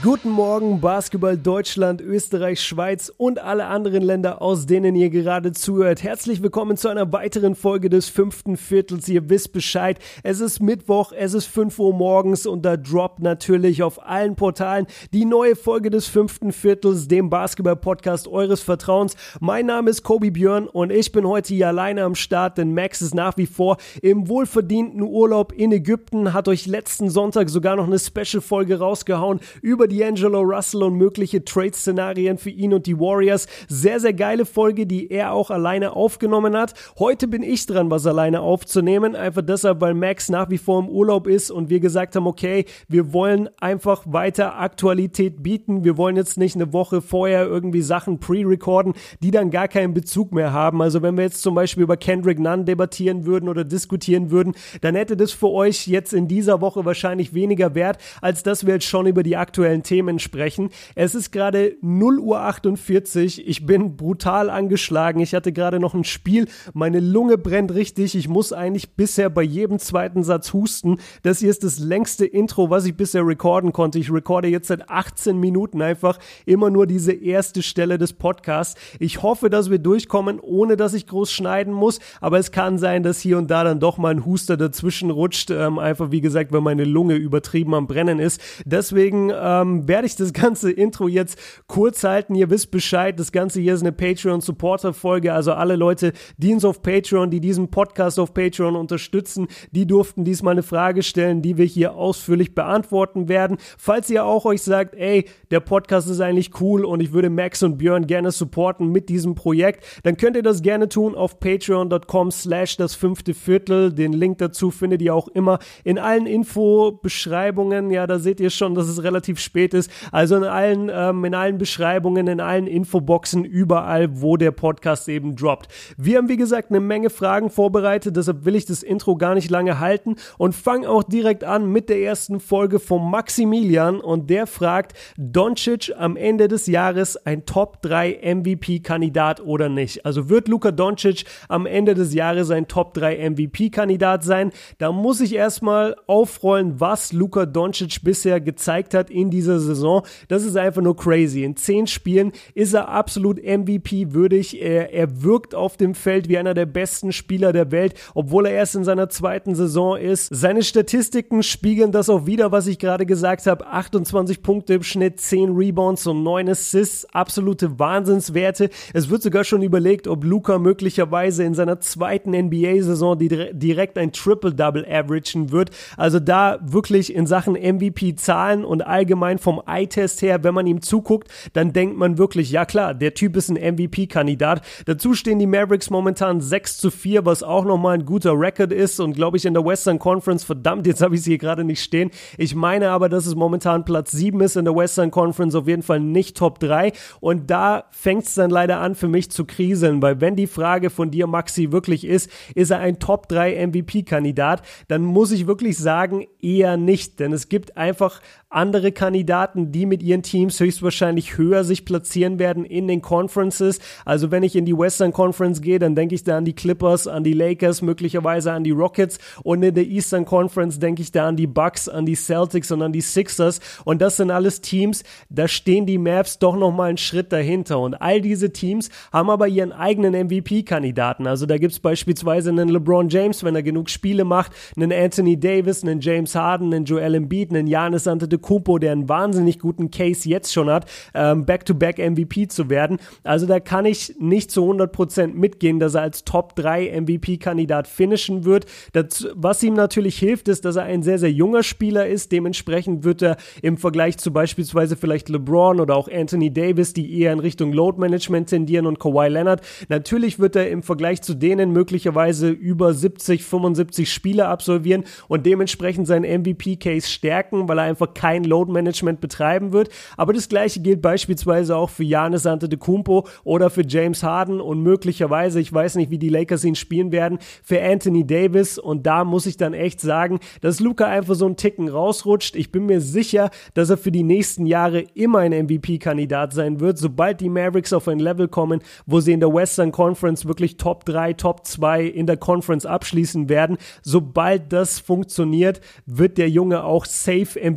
Guten Morgen, Basketball Deutschland, Österreich, Schweiz und alle anderen Länder, aus denen ihr gerade zuhört. Herzlich willkommen zu einer weiteren Folge des 5. Viertels. Ihr wisst Bescheid, es ist Mittwoch, es ist 5 Uhr morgens und da droppt natürlich auf allen Portalen die neue Folge des 5. Viertels, dem Basketball-Podcast eures Vertrauens. Mein Name ist Kobi Björn und ich bin heute hier alleine am Start, denn Max ist nach wie vor im wohlverdienten Urlaub in Ägypten, hat euch letzten Sonntag sogar noch eine Special-Folge rausgehauen über D'Angelo Russell und mögliche Trade-Szenarien für ihn und die Warriors. Sehr, sehr geile Folge, die er auch alleine aufgenommen hat. Heute bin ich dran, was alleine aufzunehmen. Einfach deshalb, weil Max nach wie vor im Urlaub ist und wir gesagt haben, okay, wir wollen einfach weiter Aktualität bieten. Wir wollen jetzt nicht eine Woche vorher irgendwie Sachen pre-recorden, die dann gar keinen Bezug mehr haben. Also wenn wir jetzt zum Beispiel über Kendrick Nunn debattieren würden oder diskutieren würden, dann hätte das für euch jetzt in dieser Woche wahrscheinlich weniger Wert, als dass wir jetzt schon über die aktuellen Themen sprechen. Es ist gerade 0:48 Uhr. Ich bin brutal angeschlagen. Ich hatte gerade noch ein Spiel. Meine Lunge brennt richtig. Ich muss eigentlich bisher bei jedem zweiten Satz husten. Das hier ist das längste Intro, was ich bisher recorden konnte. Ich recorde jetzt seit 18 Minuten einfach immer nur diese erste Stelle des Podcasts. Ich hoffe, dass wir durchkommen, ohne dass ich groß schneiden muss. Aber es kann sein, dass hier und da dann doch mal ein Huster dazwischen rutscht. Einfach, wie gesagt, weil meine Lunge übertrieben am Brennen ist. Deswegen werde ich das ganze Intro jetzt kurz halten. Ihr wisst Bescheid, das Ganze hier ist eine Patreon-Supporter-Folge, also alle Leute, die uns auf Patreon, die diesen Podcast auf Patreon unterstützen, die durften diesmal eine Frage stellen, die wir hier ausführlich beantworten werden. Falls ihr auch euch sagt, ey, der Podcast ist eigentlich cool und ich würde Max und Björn gerne supporten mit diesem Projekt, dann könnt ihr das gerne tun auf patreon.com/das5. Den Link dazu findet ihr auch immer in allen Infobeschreibungen. Ja, da seht ihr schon, dass es relativ spät ist. Also in allen Beschreibungen, in allen Infoboxen, überall, wo der Podcast eben droppt. Wir haben, wie gesagt, eine Menge Fragen vorbereitet, deshalb will ich das Intro gar nicht lange halten und fange auch direkt an mit der ersten Folge von Maximilian und der fragt, Doncic am Ende des Jahres ein Top-3 MVP-Kandidat oder nicht? Also wird Luka Doncic am Ende des Jahres ein Top-3 MVP-Kandidat sein? Da muss ich erstmal aufrollen, was Luka Doncic bisher gezeigt hat in dieser Saison. Das ist einfach nur crazy. In 10 Spielen ist er absolut MVP-würdig. Er wirkt auf dem Feld wie einer der besten Spieler der Welt, obwohl er erst in seiner zweiten Saison ist. Seine Statistiken spiegeln das auch wieder, was ich gerade gesagt habe. 28 Punkte im Schnitt, 10 Rebounds und 9 Assists. Absolute Wahnsinnswerte. Es wird sogar schon überlegt, ob Luka möglicherweise in seiner zweiten NBA-Saison direkt ein Triple-Double averagen wird. Also da wirklich in Sachen MVP-Zahlen und allgemein vom Eye-Test her, wenn man ihm zuguckt, dann denkt man wirklich, ja klar, der Typ ist ein MVP-Kandidat. Dazu stehen die Mavericks momentan 6-4, was auch nochmal ein guter Rekord ist und glaube ich in der Western Conference, verdammt, jetzt habe ich es hier gerade nicht stehen. Ich meine aber, dass es momentan Platz 7 ist in der Western Conference, auf jeden Fall nicht Top 3 und da fängt es dann leider an für mich zu kriseln, weil wenn die Frage von dir, Maxi, wirklich ist er ein Top 3 MVP-Kandidat, dann muss ich wirklich sagen, eher nicht, denn es gibt einfach andere Kandidaten, die mit ihren Teams höchstwahrscheinlich höher sich platzieren werden in den Conferences. Also wenn ich in die Western Conference gehe, dann denke ich da an die Clippers, an die Lakers, möglicherweise an die Rockets und in der Eastern Conference denke ich da an die Bucks, an die Celtics und an die Sixers und das sind alles Teams, da stehen die Mavs doch nochmal einen Schritt dahinter und all diese Teams haben aber ihren eigenen MVP-Kandidaten. Also da gibt es beispielsweise einen LeBron James, wenn er genug Spiele macht, einen Anthony Davis, einen James Harden, einen Joel Embiid, einen Giannis Antetokounmpo, der einen wahnsinnig guten Case jetzt schon hat, Back-to-Back MVP zu werden. Also da kann ich nicht zu 100% mitgehen, dass er als Top-3 MVP-Kandidat finishen wird. Was ihm natürlich hilft, ist, dass er ein sehr, sehr junger Spieler ist. Dementsprechend wird er im Vergleich zu beispielsweise vielleicht LeBron oder auch Anthony Davis, die eher in Richtung Load-Management tendieren und Kawhi Leonard, natürlich wird er im Vergleich zu denen möglicherweise über 70, 75 Spiele absolvieren und dementsprechend seinen MVP-Case stärken, weil er einfach kein Load-Management betreiben wird. Aber das Gleiche gilt beispielsweise auch für Giannis Antetokounmpo oder für James Harden und möglicherweise, ich weiß nicht, wie die Lakers ihn spielen werden, für Anthony Davis. Und da muss ich dann echt sagen, dass Luka einfach so einen Ticken rausrutscht. Ich bin mir sicher, dass er für die nächsten Jahre immer ein MVP-Kandidat sein wird, sobald die Mavericks auf ein Level kommen, wo sie in der Western Conference wirklich Top 3, Top 2 in der Conference abschließen werden. Sobald das funktioniert, wird der Junge auch safe MVP-Kandidat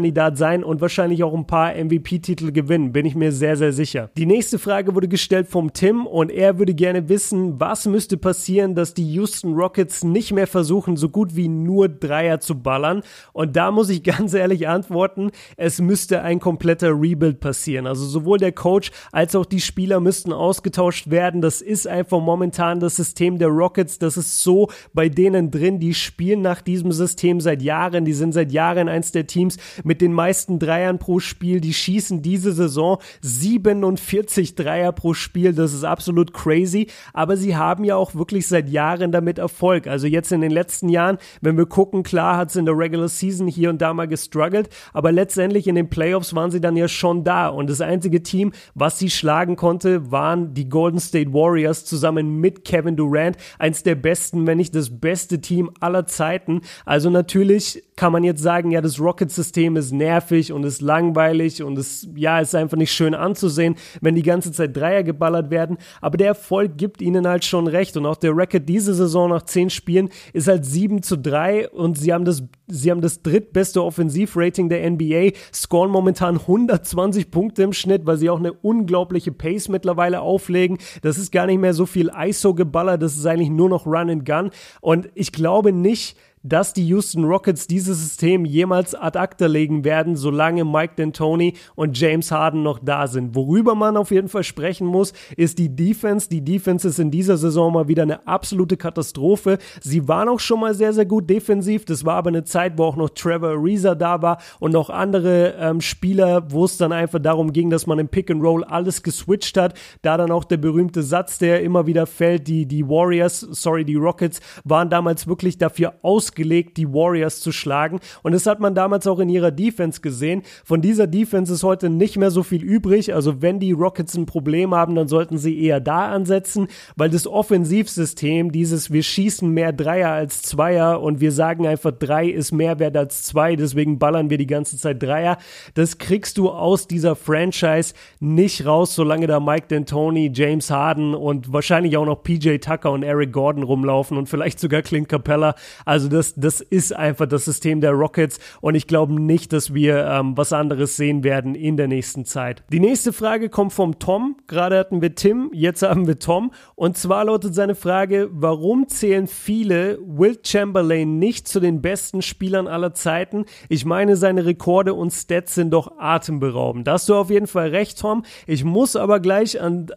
MVP-Kandidat sein und wahrscheinlich auch ein paar MVP-Titel gewinnen, bin ich mir sehr, sehr sicher. Die nächste Frage wurde gestellt vom Tim und er würde gerne wissen, was müsste passieren, dass die Houston Rockets nicht mehr versuchen, so gut wie nur Dreier zu ballern. Und da muss ich ganz ehrlich antworten, es müsste ein kompletter Rebuild passieren. Also sowohl der Coach als auch die Spieler müssten ausgetauscht werden. Das ist einfach momentan das System der Rockets. Das ist so bei denen drin. Die spielen nach diesem System seit Jahren. Die sind seit Jahren eins der Teams mit den meisten Dreiern pro Spiel. Die schießen diese Saison 47 Dreier pro Spiel. Das ist absolut crazy. Aber sie haben ja auch wirklich seit Jahren damit Erfolg. Also jetzt in den letzten Jahren, wenn wir gucken, klar hat es in der Regular Season hier und da mal gestruggelt, aber letztendlich in den Playoffs waren sie dann ja schon da. Und das einzige Team, was sie schlagen konnte, waren die Golden State Warriors zusammen mit Kevin Durant. Eins der besten, wenn nicht das beste Team aller Zeiten. Also natürlich kann man jetzt sagen, ja, das Rockets-System ist nervig und ist langweilig und ist einfach nicht schön anzusehen, wenn die ganze Zeit Dreier geballert werden, aber der Erfolg gibt ihnen halt schon recht und auch der Record diese Saison nach 10 Spielen ist halt 7-3 und sie haben das drittbeste Offensivrating der NBA, scoren momentan 120 Punkte im Schnitt, weil sie auch eine unglaubliche Pace mittlerweile auflegen. Das ist gar nicht mehr so viel ISO-Geballer, das ist eigentlich nur noch Run and Gun und ich glaube nicht, dass die Houston Rockets dieses System jemals ad acta legen werden, solange Mike D'Antoni und James Harden noch da sind. Worüber man auf jeden Fall sprechen muss, ist die Defense. Die Defense ist in dieser Saison mal wieder eine absolute Katastrophe. Sie waren auch schon mal sehr, sehr gut defensiv. Das war aber eine Zeit, wo auch noch Trevor Ariza da war und noch andere Spieler, wo es dann einfach darum ging, dass man im Pick and Roll alles geswitcht hat. Da dann auch der berühmte Satz, der immer wieder fällt, die Rockets waren damals wirklich dafür ausgelegt, die Warriors zu schlagen und das hat man damals auch in ihrer Defense gesehen. Von dieser Defense ist heute nicht mehr so viel übrig, also wenn die Rockets ein Problem haben, dann sollten sie eher da ansetzen, weil das Offensivsystem, wir schießen mehr Dreier als Zweier und wir sagen einfach 3 ist mehr wert als 2, deswegen ballern wir die ganze Zeit Dreier, das kriegst du aus dieser Franchise nicht raus, solange da Mike D'Antoni, James Harden und wahrscheinlich auch noch PJ Tucker und Eric Gordon rumlaufen und vielleicht sogar Clint Capella, also das ist einfach das System der Rockets und ich glaube nicht, dass wir was anderes sehen werden in der nächsten Zeit. Die nächste Frage kommt vom Tom. Gerade hatten wir Tim, jetzt haben wir Tom und zwar lautet seine Frage, warum zählen viele Wilt Chamberlain nicht zu den besten Spielern aller Zeiten? Ich meine, seine Rekorde und Stats sind doch atemberaubend. Da hast du auf jeden Fall recht, Tom. Ich muss aber gleich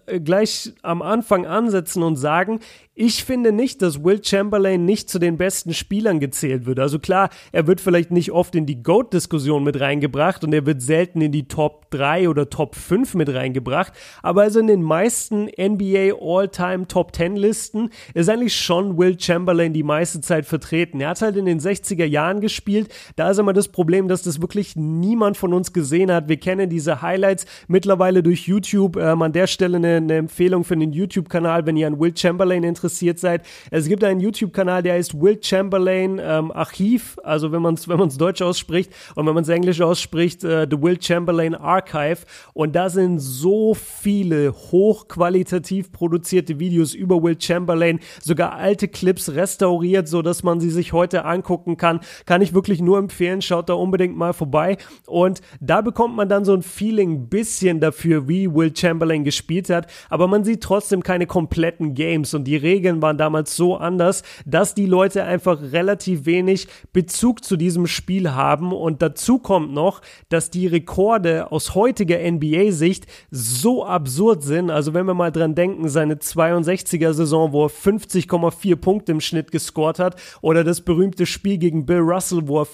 am Anfang ansetzen und sagen, ich finde nicht, dass Wilt Chamberlain nicht zu den besten Spielern gezählt wird. Also klar, er wird vielleicht nicht oft in die GOAT-Diskussion mit reingebracht und er wird selten in die Top 3 oder Top 5 mit reingebracht, aber also in den meisten NBA All-Time Top 10 Listen ist eigentlich schon Wilt Chamberlain die meiste Zeit vertreten. Er hat halt in den 60er Jahren gespielt, da ist immer das Problem, dass das wirklich niemand von uns gesehen hat. Wir kennen diese Highlights mittlerweile durch YouTube. An der Stelle eine Empfehlung für den YouTube-Kanal, wenn ihr an Wilt Chamberlain interessiert seid. Es gibt einen YouTube-Kanal, der heißt Wilt Chamberlain Archiv, also wenn man es deutsch ausspricht und wenn man es englisch ausspricht, The Wilt Chamberlain Archive und da sind so viele hochqualitativ produzierte Videos über Wilt Chamberlain, sogar alte Clips restauriert, so dass man sie sich heute angucken kann ich wirklich nur empfehlen, schaut da unbedingt mal vorbei und da bekommt man dann so ein Feeling bisschen dafür, wie Wilt Chamberlain gespielt hat, aber man sieht trotzdem keine kompletten Games und die Regeln waren damals so anders, dass die Leute einfach relativ wenig Bezug zu diesem Spiel haben und dazu kommt noch, dass die Rekorde aus heutiger NBA-Sicht so absurd sind, also wenn wir mal dran denken, seine 62er-Saison, wo er 50,4 Punkte im Schnitt gescored hat oder das berühmte Spiel gegen Bill Russell, wo er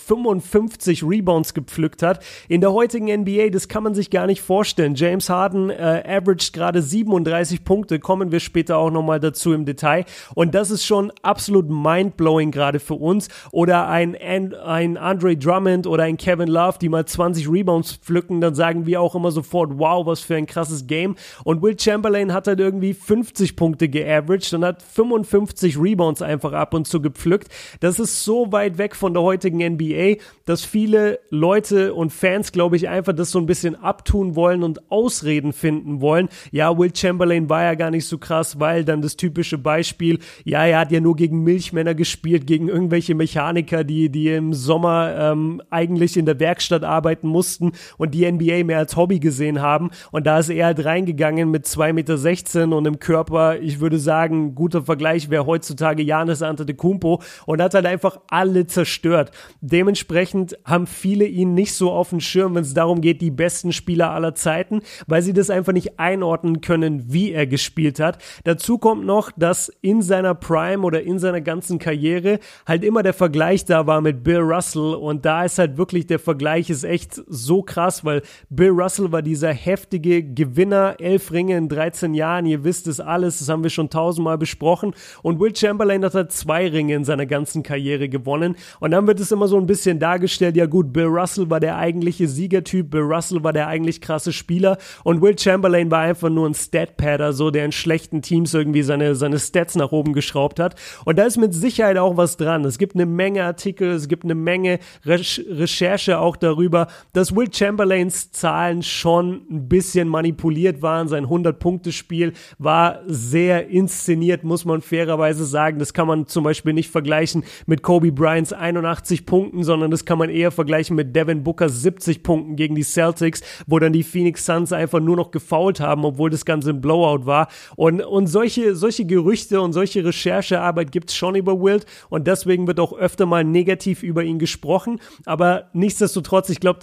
55 Rebounds gepflückt hat, in der heutigen NBA, das kann man sich gar nicht vorstellen. James Harden averaged gerade 37 Punkte, kommen wir später auch nochmal dazu im Detail. Und das ist schon absolut mindblowing gerade für uns. Oder ein Andre Drummond oder ein Kevin Love, die mal 20 Rebounds pflücken, dann sagen wir auch immer sofort, wow, was für ein krasses Game. Und Wilt Chamberlain hat halt irgendwie 50 Punkte geaveraged und hat 55 Rebounds einfach ab und zu gepflückt. Das ist so weit weg von der heutigen NBA, dass viele Leute und Fans, glaube ich, einfach das so ein bisschen abtun wollen und Ausreden finden wollen. Ja, Wilt Chamberlain war ja gar nicht so krass, weil dann das typische Beispiel, ja, er hat ja nur gegen Milchmänner gespielt, gegen irgendwelche Mechaniker, die im Sommer eigentlich in der Werkstatt arbeiten mussten und die NBA mehr als Hobby gesehen haben. Und da ist er halt reingegangen mit 2,16 Meter und im Körper, ich würde sagen, guter Vergleich wäre heutzutage Giannis Antetokounmpo und hat halt einfach alle zerstört. Dementsprechend haben viele ihn nicht so auf dem Schirm, wenn es darum geht, die besten Spieler aller Zeiten, weil sie das einfach nicht einordnen können, wie er gespielt hat. Dazu kommt noch, dass in seiner Prime oder in seiner ganzen Karriere halt immer der Vergleich da war mit Bill Russell und da ist halt wirklich, der Vergleich ist echt so krass, weil Bill Russell war dieser heftige Gewinner, 11 Ringe in 13 Jahren, ihr wisst es alles, das haben wir schon 1000-mal besprochen und Wilt Chamberlain hat halt 2 Ringe in seiner ganzen Karriere gewonnen und dann wird es immer so ein bisschen dargestellt, ja gut, Bill Russell war der eigentliche Siegertyp, Bill Russell war der eigentlich krasse Spieler und Wilt Chamberlain war einfach nur ein Stat-Padder, so, der in schlechten Teams irgendwie seine Stats nach oben geschraubt hat und da ist mit Sicherheit auch was dran. Es gibt eine Menge Artikel, es gibt eine Menge Recherche auch darüber, dass Wilt Chamberlains Zahlen schon ein bisschen manipuliert waren. Sein 100-Punkte-Spiel war sehr inszeniert, muss man fairerweise sagen. Das kann man zum Beispiel nicht vergleichen mit Kobe Bryants 81 Punkten, sondern das kann man eher vergleichen mit Devin Bookers 70 Punkten gegen die Celtics, wo dann die Phoenix Suns einfach nur noch gefoult haben, obwohl das Ganze ein Blowout war. Und solche Gerüchte und solche Recherchearbeit gibt es schon über Wilt und deswegen wird auch öfter mal negativ über ihn gesprochen. Aber nichtsdestotrotz, ich glaube,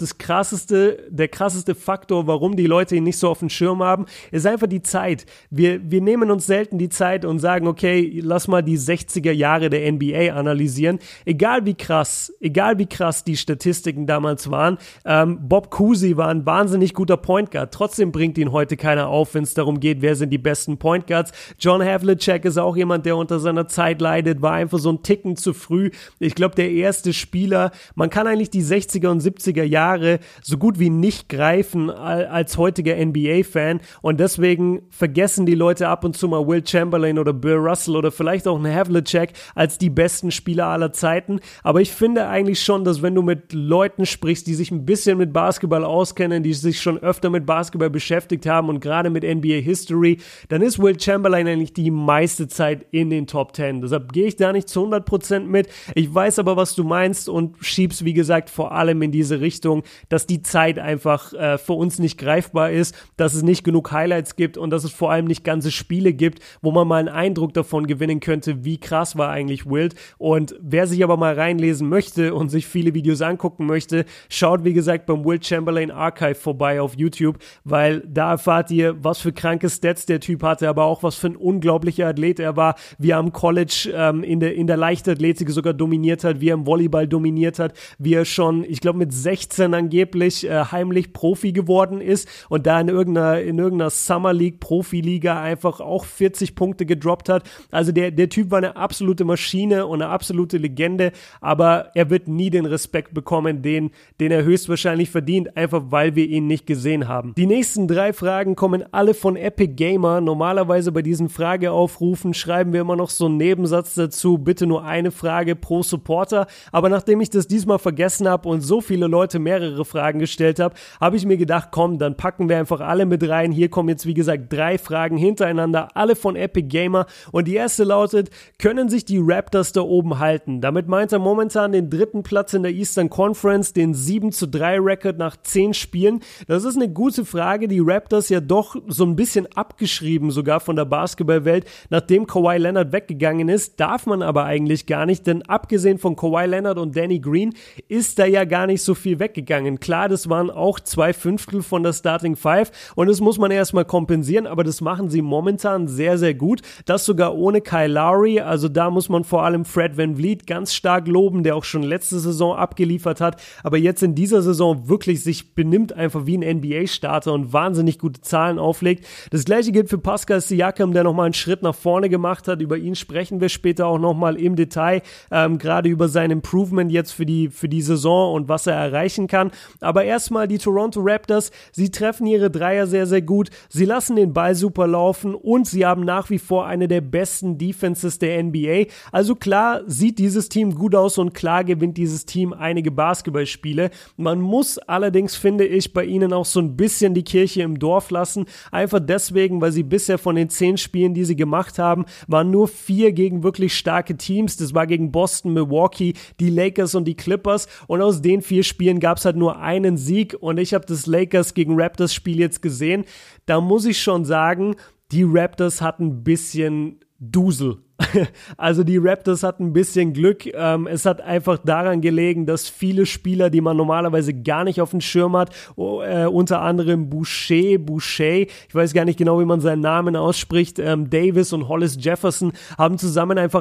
der krasseste Faktor, warum die Leute ihn nicht so auf dem Schirm haben, ist einfach die Zeit. Wir nehmen uns selten die Zeit und sagen, okay, lass mal die 60er Jahre der NBA analysieren. Egal wie krass die Statistiken damals waren. Bob Cousy war ein wahnsinnig guter Point Guard. Trotzdem bringt ihn heute keiner auf, wenn es darum geht, wer sind die besten Point Guards. John Havlicek ist auch jemand, der unter seiner Zeit leidet, war einfach so ein Ticken zu früh. Ich glaube, der erste Spieler, man kann eigentlich die 60er und 70er Jahre so gut wie nicht greifen als heutiger NBA-Fan und deswegen vergessen die Leute ab und zu mal Wilt Chamberlain oder Bill Russell oder vielleicht auch einen Havlicek als die besten Spieler aller Zeiten, aber ich finde eigentlich schon, dass wenn du mit Leuten sprichst, die sich ein bisschen mit Basketball auskennen, die sich schon öfter mit Basketball beschäftigt haben und gerade mit NBA History, dann ist Wilt Chamberlain eigentlich die meiste Zeit in den Top 10. Deshalb gehe ich da nicht zu 100% mit. Ich weiß aber, was du meinst und schieb's, wie gesagt, vor allem in diese Richtung, dass die Zeit einfach für uns nicht greifbar ist, dass es nicht genug Highlights gibt und dass es vor allem nicht ganze Spiele gibt, wo man mal einen Eindruck davon gewinnen könnte, wie krass war eigentlich Wilt. Und wer sich aber mal reinlesen möchte und sich viele Videos angucken möchte, schaut, wie gesagt, beim Wilt Chamberlain Archive vorbei auf YouTube, weil da erfahrt ihr, was für kranke Stats der Typ hatte, aber auch was für ein unglaublicher Athlet er war, wie er am College in der Leichtathletik sogar dominiert hat, wie er im Volleyball dominiert hat, wie er schon, ich glaube mit 16 angeblich heimlich Profi geworden ist und da in irgendeiner Summer League Profiliga einfach auch 40 Punkte gedroppt hat. Also der Typ war eine absolute Maschine und eine absolute Legende, aber er wird nie den Respekt bekommen, den er höchstwahrscheinlich verdient, einfach weil wir ihn nicht gesehen haben. Die nächsten 3 Fragen kommen alle von Epic Gamer. Normalerweise bei diesen Frageaufrufen schreiben wir immer noch so einen Nebensatz dazu, bitte nur eine Frage pro Supporter, aber nachdem ich das diesmal vergessen habe und so viele Leute mehrere Fragen gestellt habe ich mir gedacht, komm, dann packen wir einfach alle mit rein. Hier kommen jetzt, wie gesagt, 3 Fragen hintereinander, alle von Epic Gamer und die erste lautet, können sich die Raptors da oben halten? Damit meint er momentan den 3. Platz in der Eastern Conference, den 7-3 Record nach 10 Spielen. Das ist eine gute Frage, die Raptors ja doch so ein bisschen abgeschrieben sogar von der Basketballwelt, nachdem Kawhi Leonard weggegangen ist, darf man aber eigentlich gar nicht, denn abgesehen von Kawhi Leonard und Danny Green ist da ja gar nicht so viel weggegangen. Klar, das waren auch 2/5 von der Starting Five und das muss man erstmal kompensieren, aber das machen sie momentan sehr, sehr gut. Das sogar ohne Kyle Lowry, also da muss man vor allem Fred VanVleet ganz stark loben, der auch schon letzte Saison abgeliefert hat, aber jetzt in dieser Saison wirklich sich benimmt einfach wie ein NBA-Starter und wahnsinnig gute Zahlen auflegt. Das gleiche gilt für Pascal Siakam, der nochmal einen Schritt nach vorne gemacht hat. Über ihn sprechen wir später auch nochmal im Detail, gerade über sein Improvement jetzt für die Saison und was er erreichen kann. Aber erstmal die Toronto Raptors, sie treffen ihre Dreier sehr, sehr gut. Sie lassen den Ball super laufen und sie haben nach wie vor eine der besten Defenses der NBA. Also klar sieht dieses Team gut aus und klar gewinnt dieses Team einige Basketballspiele. Man muss allerdings, finde ich, bei ihnen auch so ein bisschen die Kirche im Dorf lassen. Einfach deswegen, weil sie bisher von den 10 Spielen, die sie gemacht haben, waren nur 4 gegen wirklich starke Teams. Das war gegen gegen Boston, Milwaukee, die Lakers und die Clippers und aus den 4 Spielen gab es halt nur einen Sieg und ich habe das Lakers gegen Raptors Spiel jetzt gesehen. Da muss ich schon sagen, die Raptors hatten ein bisschen Dusel. Also die Raptors hatten ein bisschen Glück. Es hat einfach daran gelegen, dass viele Spieler, die man normalerweise gar nicht auf dem Schirm hat, unter anderem Boucher, ich weiß gar nicht genau, wie man seinen Namen ausspricht, Davis und Hollis Jefferson haben zusammen einfach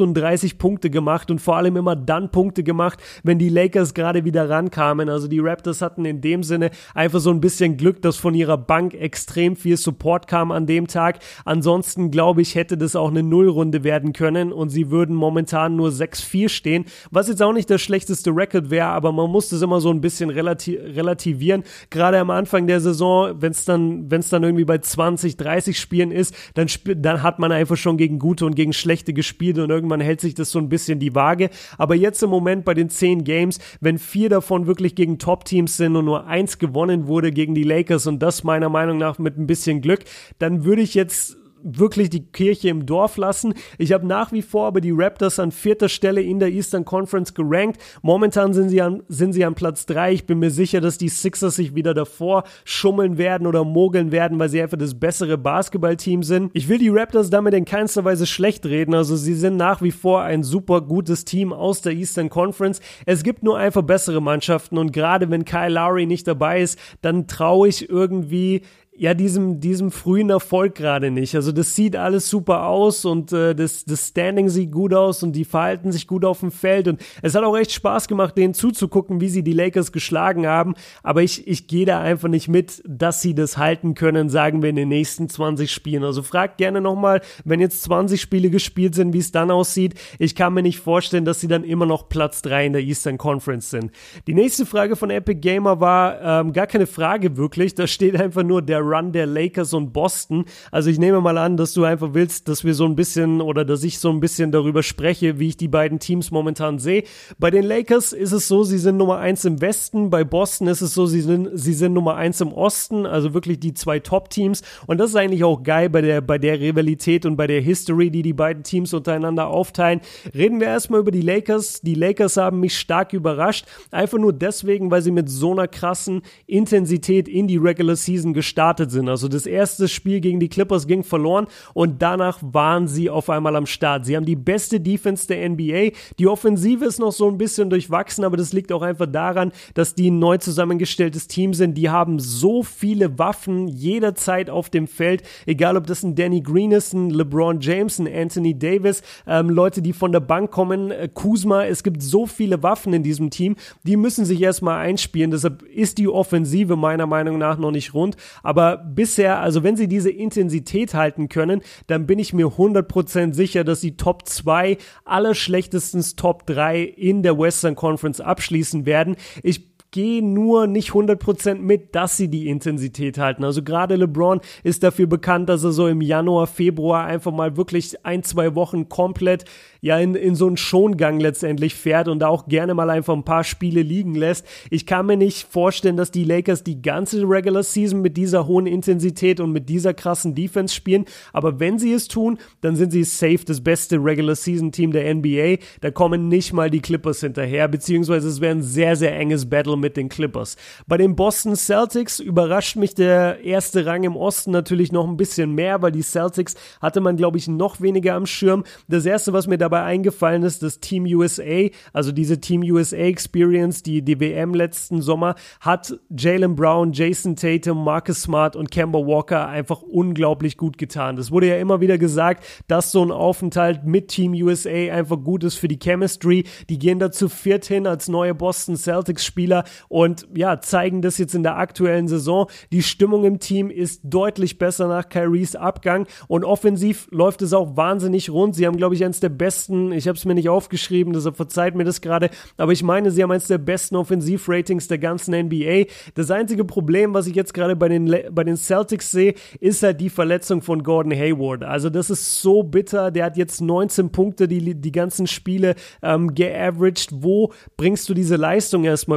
38 Punkte gemacht und vor allem immer dann Punkte gemacht, wenn die Lakers gerade wieder rankamen. Also die Raptors hatten in dem Sinne einfach so ein bisschen Glück, dass von ihrer Bank extrem viel Support kam an dem Tag. Ansonsten glaube ich, hätte das auch eine Nullrunde werden können und sie würden momentan nur 6-4 stehen, was jetzt auch nicht der schlechteste Record wäre, aber man muss das immer so ein bisschen relativieren. Gerade am Anfang der Saison, wenn es dann irgendwie bei 20, 30 Spielen ist, dann hat man einfach schon gegen gute und gegen schlechte gespielt und irgendwann hält sich das so ein bisschen die Waage. Aber jetzt im Moment bei den 10 Games, wenn 4 davon wirklich gegen Top-Teams sind und nur 1 gewonnen wurde gegen die Lakers und das meiner Meinung nach mit ein bisschen Glück, dann würde ich jetzt wirklich die Kirche im Dorf lassen. Ich habe nach wie vor aber die Raptors an 4. Stelle in der Eastern Conference gerankt. Momentan sind sie an Platz 3. Ich bin mir sicher, dass die Sixers sich wieder davor schummeln werden oder mogeln werden, weil sie einfach das bessere Basketballteam sind. Ich will die Raptors damit in keinster Weise schlecht reden. Also sie sind nach wie vor ein super gutes Team aus der Eastern Conference. Es gibt nur einfach bessere Mannschaften und gerade wenn Kyle Lowry nicht dabei ist, dann traue ich irgendwie diesem frühen Erfolg gerade nicht. Also das sieht alles super aus und das Standing sieht gut aus und die verhalten sich gut auf dem Feld und es hat auch echt Spaß gemacht, denen zuzugucken, wie sie die Lakers geschlagen haben, aber ich gehe da einfach nicht mit, dass sie das halten können, sagen wir in den nächsten 20 Spielen. Also fragt gerne nochmal, wenn jetzt 20 Spiele gespielt sind, wie es dann aussieht. Ich kann mir nicht vorstellen, dass sie dann immer noch Platz 3 in der Eastern Conference sind. Die nächste Frage von Epic Gamer war gar keine Frage wirklich, da steht einfach nur der Run der Lakers und Boston. Also ich nehme mal an, dass du einfach willst, dass wir so ein bisschen oder dass ich so ein bisschen darüber spreche, wie ich die beiden Teams momentan sehe. Bei den Lakers ist es so, sie sind Nummer 1 im Westen. Bei Boston ist es so, sie sind Nummer 1 im Osten. Also wirklich die 2 Top-Teams. Und das ist eigentlich auch geil bei der Rivalität und bei der History, die beiden Teams untereinander aufteilen. Reden wir erstmal über die Lakers. Die Lakers haben mich stark überrascht. Einfach nur deswegen, weil sie mit so einer krassen Intensität in die Regular Season gestartet sind. Also das erste Spiel gegen die Clippers ging verloren und danach waren sie auf einmal am Start. Sie haben die beste Defense der NBA. Die Offensive ist noch so ein bisschen durchwachsen, aber das liegt auch einfach daran, dass die ein neu zusammengestelltes Team sind. Die haben so viele Waffen jederzeit auf dem Feld, egal ob das ein Danny Green ist, ein LeBron James, ein Anthony Davis, Leute, die von der Bank kommen, Kuzma. Es gibt so viele Waffen in diesem Team, die müssen sich erstmal einspielen. Deshalb ist die Offensive meiner Meinung nach noch nicht rund, aber bisher, also wenn sie diese Intensität halten können, dann bin ich mir 100% sicher, dass sie Top 2, allerschlechtestens Top 3 in der Western Conference abschließen werden. Ich gehe nur nicht 100% mit, dass sie die Intensität halten. Also gerade LeBron ist dafür bekannt, dass er so im Januar, Februar einfach mal wirklich 1-2 Wochen komplett in so einen Schongang letztendlich fährt und da auch gerne mal einfach ein paar Spiele liegen lässt. Ich kann mir nicht vorstellen, dass die Lakers die ganze Regular Season mit dieser hohen Intensität und mit dieser krassen Defense spielen, aber wenn sie es tun, dann sind sie safe das beste Regular Season Team der NBA. Da kommen nicht mal die Clippers hinterher, beziehungsweise es wäre ein sehr, sehr enges Battle mit den Clippers. Bei den Boston Celtics überrascht mich der erste Rang im Osten natürlich noch ein bisschen mehr, weil die Celtics hatte man, glaube ich, noch weniger am Schirm. Das erste, was mir dabei eingefallen ist, das Team USA, also diese Team USA Experience, die WM letzten Sommer, hat Jaylen Brown, Jason Tatum, Marcus Smart und Kemba Walker einfach unglaublich gut getan. Das wurde ja immer wieder gesagt, dass so ein Aufenthalt mit Team USA einfach gut ist für die Chemistry. Die gehen dazu 4 hin als neue Boston Celtics Spieler und zeigen das jetzt in der aktuellen Saison. Die Stimmung im Team ist deutlich besser nach Kyries Abgang und offensiv läuft es auch wahnsinnig rund. Sie haben, glaube ich, eines der besten, ich habe es mir nicht aufgeschrieben, deshalb verzeiht mir das gerade, aber ich meine, sie haben eines der besten Offensivratings der ganzen NBA. Das einzige Problem, was ich jetzt gerade bei den Celtics sehe, ist halt die Verletzung von Gordon Hayward. Also das ist so bitter. Der hat jetzt 19 Punkte die ganzen Spiele geaveraged. Wo bringst du diese Leistung erstmal wieder her?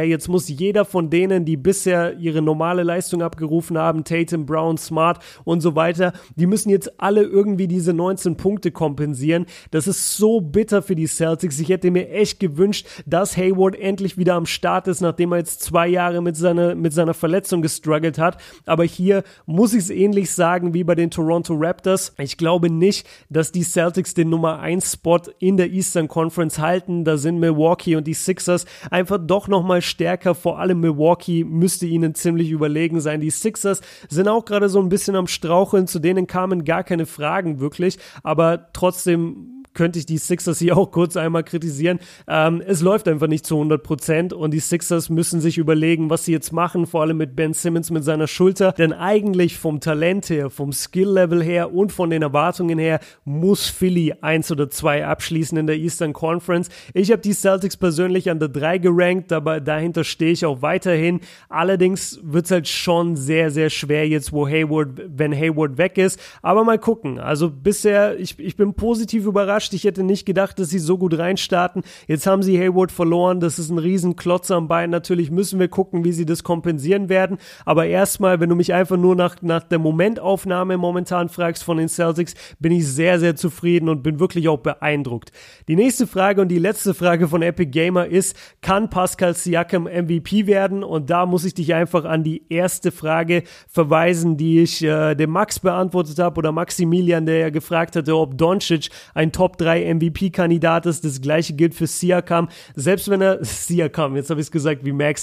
Jetzt muss jeder von denen, die bisher ihre normale Leistung abgerufen haben, Tatum, Brown, Smart und so weiter, die müssen jetzt alle irgendwie diese 19 Punkte kompensieren. Das ist so bitter für die Celtics. Ich hätte mir echt gewünscht, dass Hayward endlich wieder am Start ist, nachdem er jetzt 2 Jahre mit seiner Verletzung gestruggelt hat. Aber hier muss ich es ähnlich sagen wie bei den Toronto Raptors. Ich glaube nicht, dass die Celtics den Nummer 1 Spot in der Eastern Conference halten. Da sind Milwaukee und die Sixers einfach doch nochmal stärker. Vor allem Milwaukee müsste ihnen ziemlich überlegen sein. Die Sixers sind auch gerade so ein bisschen am Straucheln. Zu denen kamen gar keine Fragen wirklich. Aber trotzdem könnte ich die Sixers hier auch kurz einmal kritisieren. Es läuft einfach nicht zu 100% und die Sixers müssen sich überlegen, was sie jetzt machen, vor allem mit Ben Simmons mit seiner Schulter, denn eigentlich vom Talent her, vom Skill-Level her und von den Erwartungen her muss Philly 1 oder 2 abschließen in der Eastern Conference. Ich habe die Celtics persönlich an der 3 gerankt, aber dahinter stehe ich auch weiterhin. Allerdings wird es halt schon sehr, sehr schwer jetzt, wenn Hayward weg ist, aber mal gucken. Also bisher, ich bin positiv überrascht. Ich hätte nicht gedacht, dass sie so gut reinstarten. Jetzt haben sie Hayward verloren. Das ist ein riesen Klotz am Bein. Natürlich müssen wir gucken, wie sie das kompensieren werden. Aber erstmal, wenn du mich einfach nur nach der Momentaufnahme momentan fragst von den Celtics, bin ich sehr, sehr zufrieden und bin wirklich auch beeindruckt. Die nächste Frage und die letzte Frage von Epic Gamer ist, kann Pascal Siakam MVP werden? Und da muss ich dich einfach an die erste Frage verweisen, die ich dem Max beantwortet habe oder Maximilian, der ja gefragt hatte, ob Doncic ein Top-3 MVP-Kandidat ist. Das gleiche gilt für Siakam. Selbst wenn er Siakam, jetzt habe ich es gesagt wie Max,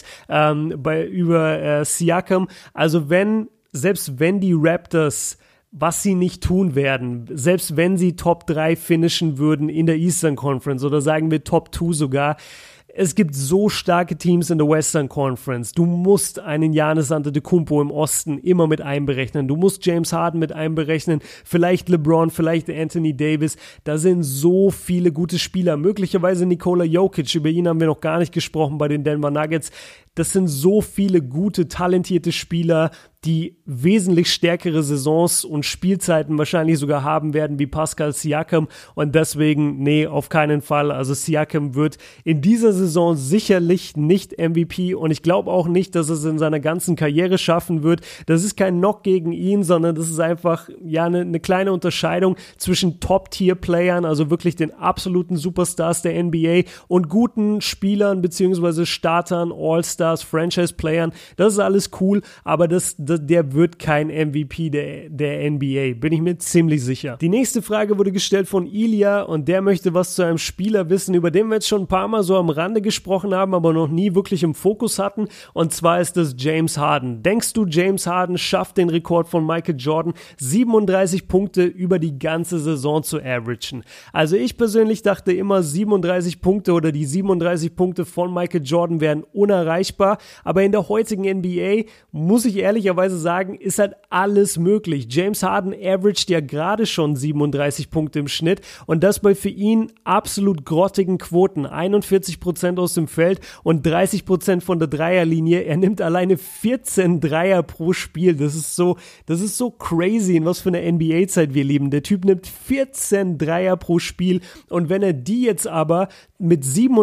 über Siakam, also selbst wenn die Raptors, was sie nicht tun werden, selbst wenn sie Top 3 finishen würden in der Eastern Conference oder sagen wir Top 2 sogar, es gibt so starke Teams in der Western Conference. Du musst einen Giannis Antetokounmpo im Osten immer mit einberechnen. Du musst James Harden mit einberechnen. Vielleicht LeBron, vielleicht Anthony Davis. Da sind so viele gute Spieler. Möglicherweise Nikola Jokic. Über ihn haben wir noch gar nicht gesprochen bei den Denver Nuggets. Das sind so viele gute, talentierte Spieler, die wesentlich stärkere Saisons und Spielzeiten wahrscheinlich sogar haben werden wie Pascal Siakam und deswegen, nee, auf keinen Fall. Also Siakam wird in dieser Saison sicherlich nicht MVP und ich glaube auch nicht, dass es in seiner ganzen Karriere schaffen wird. Das ist kein Knock gegen ihn, sondern das ist einfach ja eine kleine Unterscheidung zwischen Top-Tier-Playern, also wirklich den absoluten Superstars der NBA und guten Spielern beziehungsweise Startern, All-Stars, Franchise-Playern. Das ist alles cool, aber der wird kein MVP der NBA, bin ich mir ziemlich sicher. Die nächste Frage wurde gestellt von Ilya und der möchte was zu einem Spieler wissen, über den wir jetzt schon ein paar Mal so am Rande gesprochen haben, aber noch nie wirklich im Fokus hatten, und zwar ist das James Harden. Denkst du, James Harden schafft den Rekord von Michael Jordan, 37 Punkte über die ganze Saison zu averagen? Also ich persönlich dachte immer, 37 Punkte oder die 37 Punkte von Michael Jordan wären unerreichbar, aber in der heutigen NBA, muss ich ehrlicherweise sagen, ist halt alles möglich. James Harden averaged ja gerade schon 37 Punkte im Schnitt und das bei für ihn absolut grottigen Quoten. 41% aus dem Feld und 30% von der Dreierlinie. Er nimmt alleine 14 Dreier pro Spiel. Das ist so crazy, in was für eine NBA-Zeit wir leben. Der Typ nimmt 14 Dreier pro Spiel und wenn er die jetzt aber mit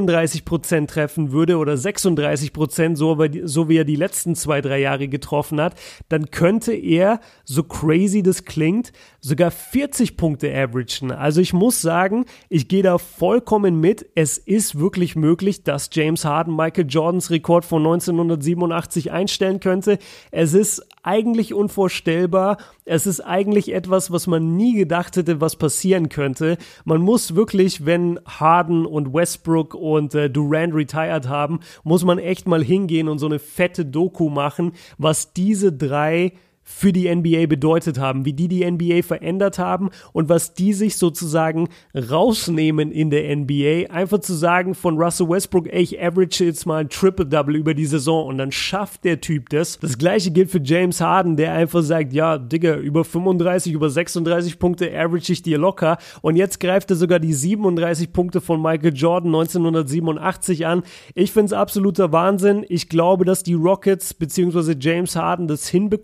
37% treffen würde oder 36%, so wie er die letzten 2-3 Jahre getroffen hat, dann könnte er, so crazy das klingt, sogar 40 Punkte averagen. Also ich muss sagen, ich gehe da vollkommen mit. Es ist wirklich möglich, dass James Harden Michael Jordans Rekord von 1987 einstellen könnte. Es ist eigentlich unvorstellbar. Es ist eigentlich etwas, was man nie gedacht hätte, was passieren könnte. Man muss wirklich, wenn Harden und Westbrook und Durant retired haben, muss man echt mal hingehen und so eine fette Doku machen, was diese drei für die NBA bedeutet haben, wie die NBA verändert haben und was die sich sozusagen rausnehmen in der NBA, einfach zu sagen von Russell Westbrook, ey, ich average jetzt mal ein Triple-Double über die Saison und dann schafft der Typ das. Das gleiche gilt für James Harden, der einfach sagt, ja, Digga, über 35, über 36 Punkte average ich dir locker und jetzt greift er sogar die 37 Punkte von Michael Jordan 1987 an. Ich finde es absoluter Wahnsinn. Ich glaube, dass die Rockets bzw. James Harden das hinbekommen können.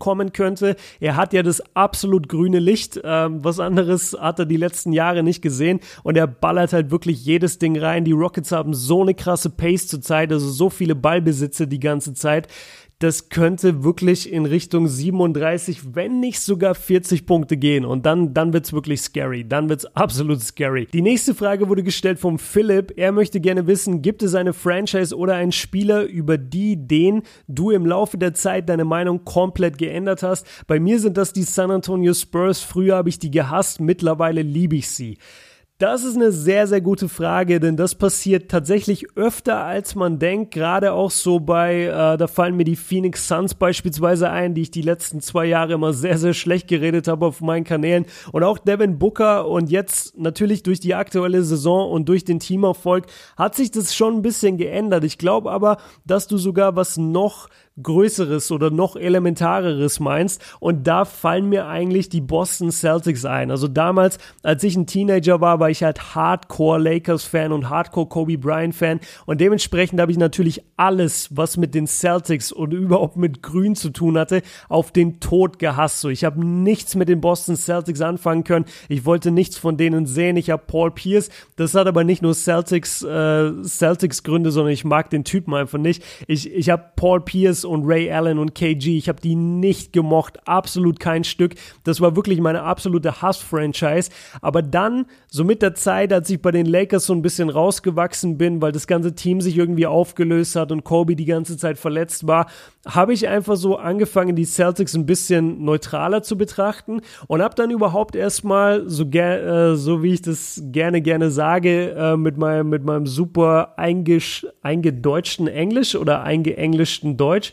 könnte. Er hat ja das absolut grüne Licht, was anderes hat er die letzten Jahre nicht gesehen und er ballert halt wirklich jedes Ding rein. Die Rockets haben so eine krasse Pace zurzeit, also so viele Ballbesitze die ganze Zeit. Das könnte wirklich in Richtung 37, wenn nicht sogar 40 Punkte gehen. Und dann wird's wirklich scary. Dann wird's absolut scary. Die nächste Frage wurde gestellt vom Philipp. Er möchte gerne wissen, gibt es eine Franchise oder einen Spieler, über den du im Laufe der Zeit deine Meinung komplett geändert hast? Bei mir sind das die San Antonio Spurs. Früher habe ich die gehasst, mittlerweile liebe ich sie. Das ist eine sehr, sehr gute Frage, denn das passiert tatsächlich öfter, als man denkt, gerade auch so da fallen mir die Phoenix Suns beispielsweise ein, die ich die letzten 2 Jahre immer sehr, sehr schlecht geredet habe auf meinen Kanälen und auch Devin Booker und jetzt natürlich durch die aktuelle Saison und durch den Teamerfolg hat sich das schon ein bisschen geändert. Ich glaube aber, dass du sogar was noch Größeres oder noch Elementareres meinst und da fallen mir eigentlich die Boston Celtics ein. Also damals, als ich ein Teenager war ich halt Hardcore Lakers-Fan und Hardcore Kobe Bryant-Fan und dementsprechend habe ich natürlich alles, was mit den Celtics und überhaupt mit Grün zu tun hatte, auf den Tod gehasst. So, ich habe nichts mit den Boston Celtics anfangen können. Ich wollte nichts von denen sehen. Ich habe Paul Pierce. Das hat aber nicht nur Celtics Gründe, sondern ich mag den Typen einfach nicht. Ich habe Paul Pierce und Ray Allen und KG, ich habe die nicht gemocht, absolut kein Stück. Das war wirklich meine absolute Hass-Franchise. Aber dann, so mit der Zeit, als ich bei den Lakers so ein bisschen rausgewachsen bin, weil das ganze Team sich irgendwie aufgelöst hat und Kobe die ganze Zeit verletzt war, habe ich einfach so angefangen, die Celtics ein bisschen neutraler zu betrachten und habe dann überhaupt erstmal, so wie ich das gerne sage, mit meinem super eingedeutschten Englisch oder eingeenglischten Deutsch,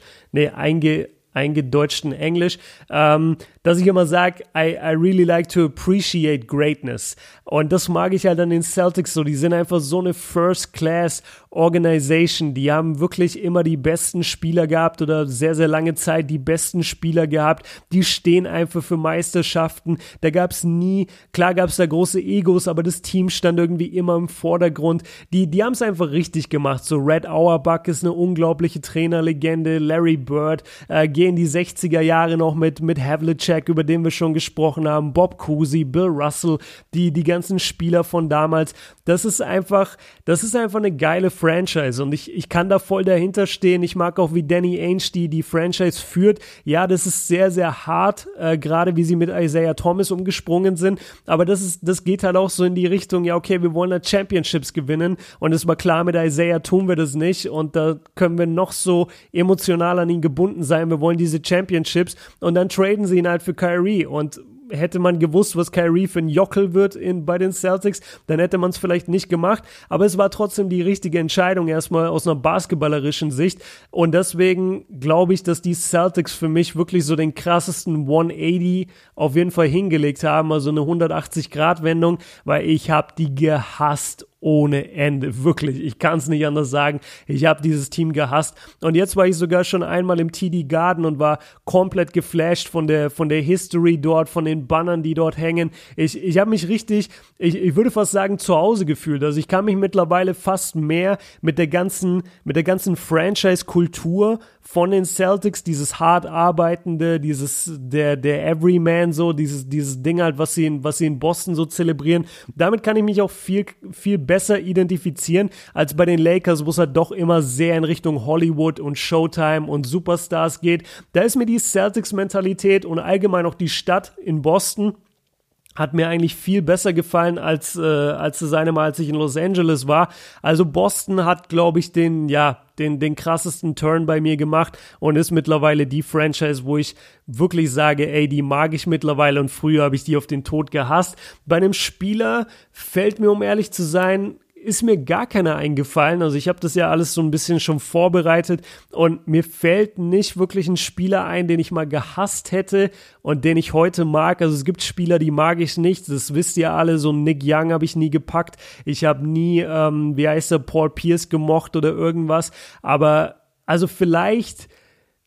eingedeutschten Englisch, dass ich immer sage, I really like to appreciate greatness. Und das mag ich halt an den Celtics so. Die sind einfach so eine First-Class-Organization. Die haben wirklich immer die besten Spieler gehabt oder sehr, sehr lange Zeit die besten Spieler gehabt. Die stehen einfach für Meisterschaften. Da gab es nie, klar gab es da große Egos, aber das Team stand irgendwie immer im Vordergrund. Die haben es einfach richtig gemacht. So Red Auerbach ist eine unglaubliche Trainerlegende. Larry Bird, gehen die 60er Jahre noch mit Havlicek, über den wir schon gesprochen haben, Bob Cousy, Bill Russell, die ganzen Spieler von damals. Das ist einfach eine geile Franchise und ich kann da voll dahinter stehen. Ich mag auch, wie Danny Ainge die Franchise führt. Ja, das ist sehr, sehr hart, gerade wie sie mit Isaiah Thomas umgesprungen sind, aber das geht halt auch so in die Richtung, ja okay, wir wollen da Championships gewinnen und es war klar, mit Isaiah tun wir das nicht und da können wir noch so emotional an ihn gebunden sein, wir wollen diese Championships und dann traden sie ihn halt für Kyrie und hätte man gewusst, was Kyrie für ein Jockel wird bei den Celtics, dann hätte man es vielleicht nicht gemacht, aber es war trotzdem die richtige Entscheidung, erstmal aus einer basketballerischen Sicht und deswegen glaube ich, dass die Celtics für mich wirklich so den krassesten 180 auf jeden Fall hingelegt haben, also eine 180-Grad-Wendung, weil ich habe die gehasst ohne Ende, wirklich, ich kann es nicht anders sagen, ich habe dieses Team gehasst und jetzt war ich sogar schon einmal im TD Garden und war komplett geflasht von der History dort, von den Bannern, die dort hängen. Ich habe mich richtig, ich würde fast sagen, zu Hause gefühlt, also ich kann mich mittlerweile fast mehr mit der ganzen Franchise-Kultur von den Celtics, dieses hart arbeitende, der Everyman so, dieses Ding halt, was sie in Boston so zelebrieren, damit kann ich mich auch viel besser identifizieren als bei den Lakers, wo es halt doch immer sehr in Richtung Hollywood und Showtime und Superstars geht. Da ist mir die Celtics-Mentalität und allgemein auch die Stadt in Boston hat mir eigentlich viel besser gefallen als das eine Mal, als ich in Los Angeles war. Also Boston hat, glaube ich, den krassesten Turn bei mir gemacht und ist mittlerweile die Franchise, wo ich wirklich sage, ey, die mag ich mittlerweile und früher habe ich die auf den Tod gehasst. Bei einem Spieler fällt mir, um ehrlich zu sein, ist mir gar keiner eingefallen. Also ich habe das ja alles so ein bisschen schon vorbereitet und mir fällt nicht wirklich ein Spieler ein, den ich mal gehasst hätte und den ich heute mag. Also es gibt Spieler, die mag ich nicht. Das wisst ihr alle. So Nick Young habe ich nie gepackt. Ich habe nie, Paul Pierce gemocht oder irgendwas. Aber also vielleicht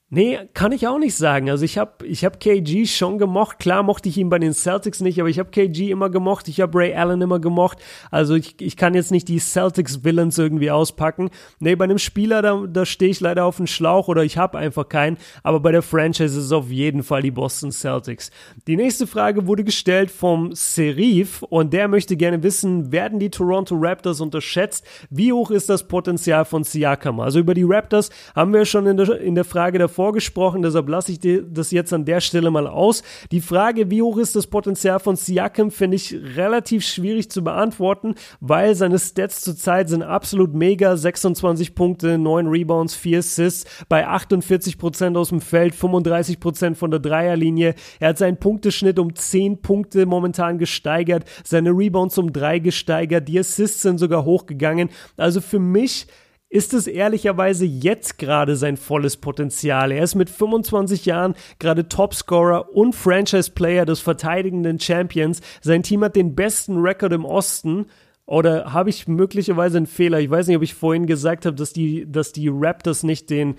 Nee, kann ich auch nicht sagen. Also ich hab KG schon gemocht. Klar mochte ich ihn bei den Celtics nicht, aber ich habe KG immer gemocht. Ich habe Ray Allen immer gemocht. Also ich kann jetzt nicht die Celtics-Villains irgendwie auspacken. Nee, bei einem Spieler, da stehe ich leider auf den Schlauch oder ich habe einfach keinen. Aber bei der Franchise ist es auf jeden Fall die Boston Celtics. Die nächste Frage wurde gestellt vom Serif und der möchte gerne wissen, werden die Toronto Raptors unterschätzt? Wie hoch ist das Potenzial von Siakam? Also über die Raptors haben wir schon in der Frage davor gesprochen, deshalb lasse ich dir das jetzt an der Stelle mal aus. Die Frage, wie hoch ist das Potenzial von Siakam, finde ich relativ schwierig zu beantworten, weil seine Stats zurzeit sind absolut mega. 26 Punkte, 9 Rebounds, 4 Assists, bei 48% aus dem Feld, 35% von der Dreierlinie. Er hat seinen Punkteschnitt um 10 Punkte momentan gesteigert, seine Rebounds um 3 gesteigert, die Assists sind sogar hochgegangen. Also für mich ist es ehrlicherweise jetzt gerade sein volles Potenzial. Er ist mit 25 Jahren gerade Topscorer und Franchise-Player des verteidigenden Champions. Sein Team hat den besten Rekord im Osten. Oder habe ich möglicherweise einen Fehler? Ich weiß nicht, ob ich vorhin gesagt habe, dass die Raptors nicht den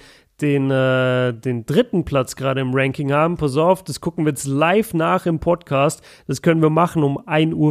dritten Platz gerade im Ranking haben. Pass auf, das gucken wir jetzt live nach im Podcast. Das können wir machen um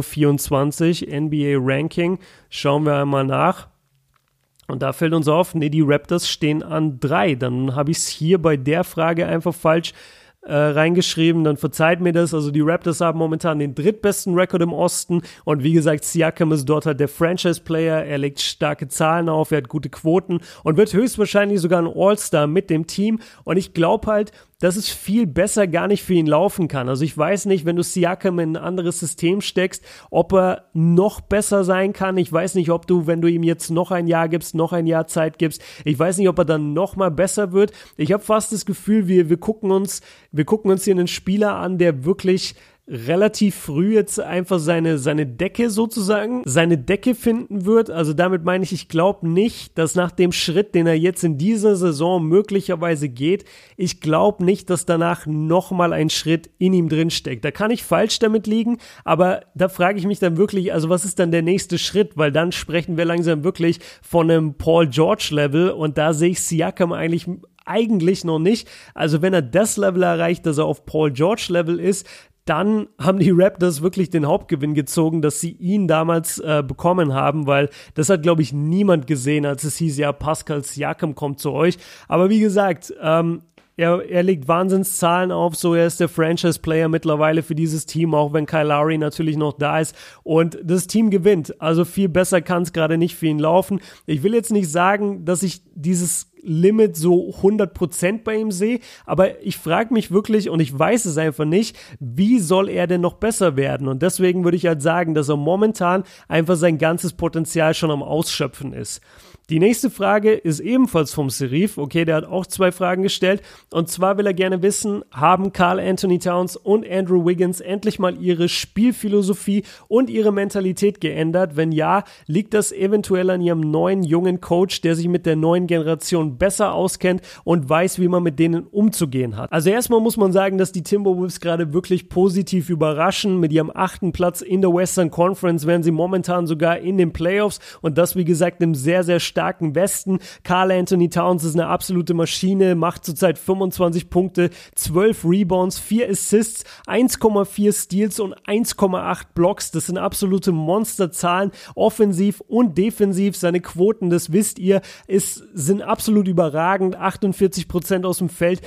1:24 Uhr, NBA Ranking. Schauen wir einmal nach. Und da fällt uns auf, nee, die Raptors stehen an 3. Dann habe ich es hier bei der Frage einfach falsch reingeschrieben, dann verzeiht mir das. Also die Raptors haben momentan den drittbesten Rekord im Osten und wie gesagt, Siakam ist dort halt der Franchise-Player, er legt starke Zahlen auf, er hat gute Quoten und wird höchstwahrscheinlich sogar ein All-Star mit dem Team und ich glaube halt, dass es viel besser gar nicht für ihn laufen kann. Also ich weiß nicht, wenn du Siakam in ein anderes System steckst, ob er noch besser sein kann. Ich weiß nicht, ob du, wenn du ihm jetzt noch ein Jahr gibst, noch ein Jahr Zeit gibst, ich weiß nicht, ob er dann noch mal besser wird. Ich habe fast das Gefühl, wir gucken uns hier einen Spieler an, der wirklich relativ früh jetzt einfach seine Decke sozusagen, seine Decke finden wird. Also damit meine ich glaube nicht, dass nach dem Schritt, den er jetzt in dieser Saison möglicherweise geht, ich glaube nicht, dass danach nochmal ein Schritt in ihm drin steckt. Da kann ich falsch damit liegen, aber da frage ich mich dann wirklich, also was ist dann der nächste Schritt? Weil dann sprechen wir langsam wirklich von einem Paul George Level und da sehe ich Siakam eigentlich noch nicht. Also wenn er das Level erreicht, dass er auf Paul George Level ist, dann haben die Raptors wirklich den Hauptgewinn gezogen, dass sie ihn damals bekommen haben, weil das hat, glaube ich, niemand gesehen, als es hieß, ja, Pascal Siakam kommt zu euch. Aber wie gesagt, er legt Wahnsinnszahlen auf, so er ist der Franchise-Player mittlerweile für dieses Team, auch wenn Kyle Lowry natürlich noch da ist und das Team gewinnt. Also viel besser kann es gerade nicht für ihn laufen. Ich will jetzt nicht sagen, dass ich dieses Limit so 100% bei ihm sehe, aber ich frage mich wirklich und ich weiß es einfach nicht, wie soll er denn noch besser werden? Und deswegen würde ich halt sagen, dass er momentan einfach sein ganzes Potenzial schon am Ausschöpfen ist. Die nächste Frage ist ebenfalls vom Serif. Okay, der hat auch 2 Fragen gestellt. Und zwar will er gerne wissen, haben Karl Anthony Towns und Andrew Wiggins endlich mal ihre Spielphilosophie und ihre Mentalität geändert? Wenn ja, liegt das eventuell an ihrem neuen, jungen Coach, der sich mit der neuen Generation besser auskennt und weiß, wie man mit denen umzugehen hat? Also erstmal muss man sagen, dass die Timberwolves gerade wirklich positiv überraschen. Mit ihrem 8. Platz in der Western Conference wären sie momentan sogar in den Playoffs und das, wie gesagt, im sehr, sehr starken Westen. Karl Anthony Towns ist eine absolute Maschine, macht zurzeit 25 Punkte, 12 Rebounds, 4 Assists, 1,4 Steals und 1,8 Blocks. Das sind absolute Monsterzahlen, offensiv und defensiv. Seine Quoten, das wisst ihr, sind absolut überragend. 48% aus dem Feld,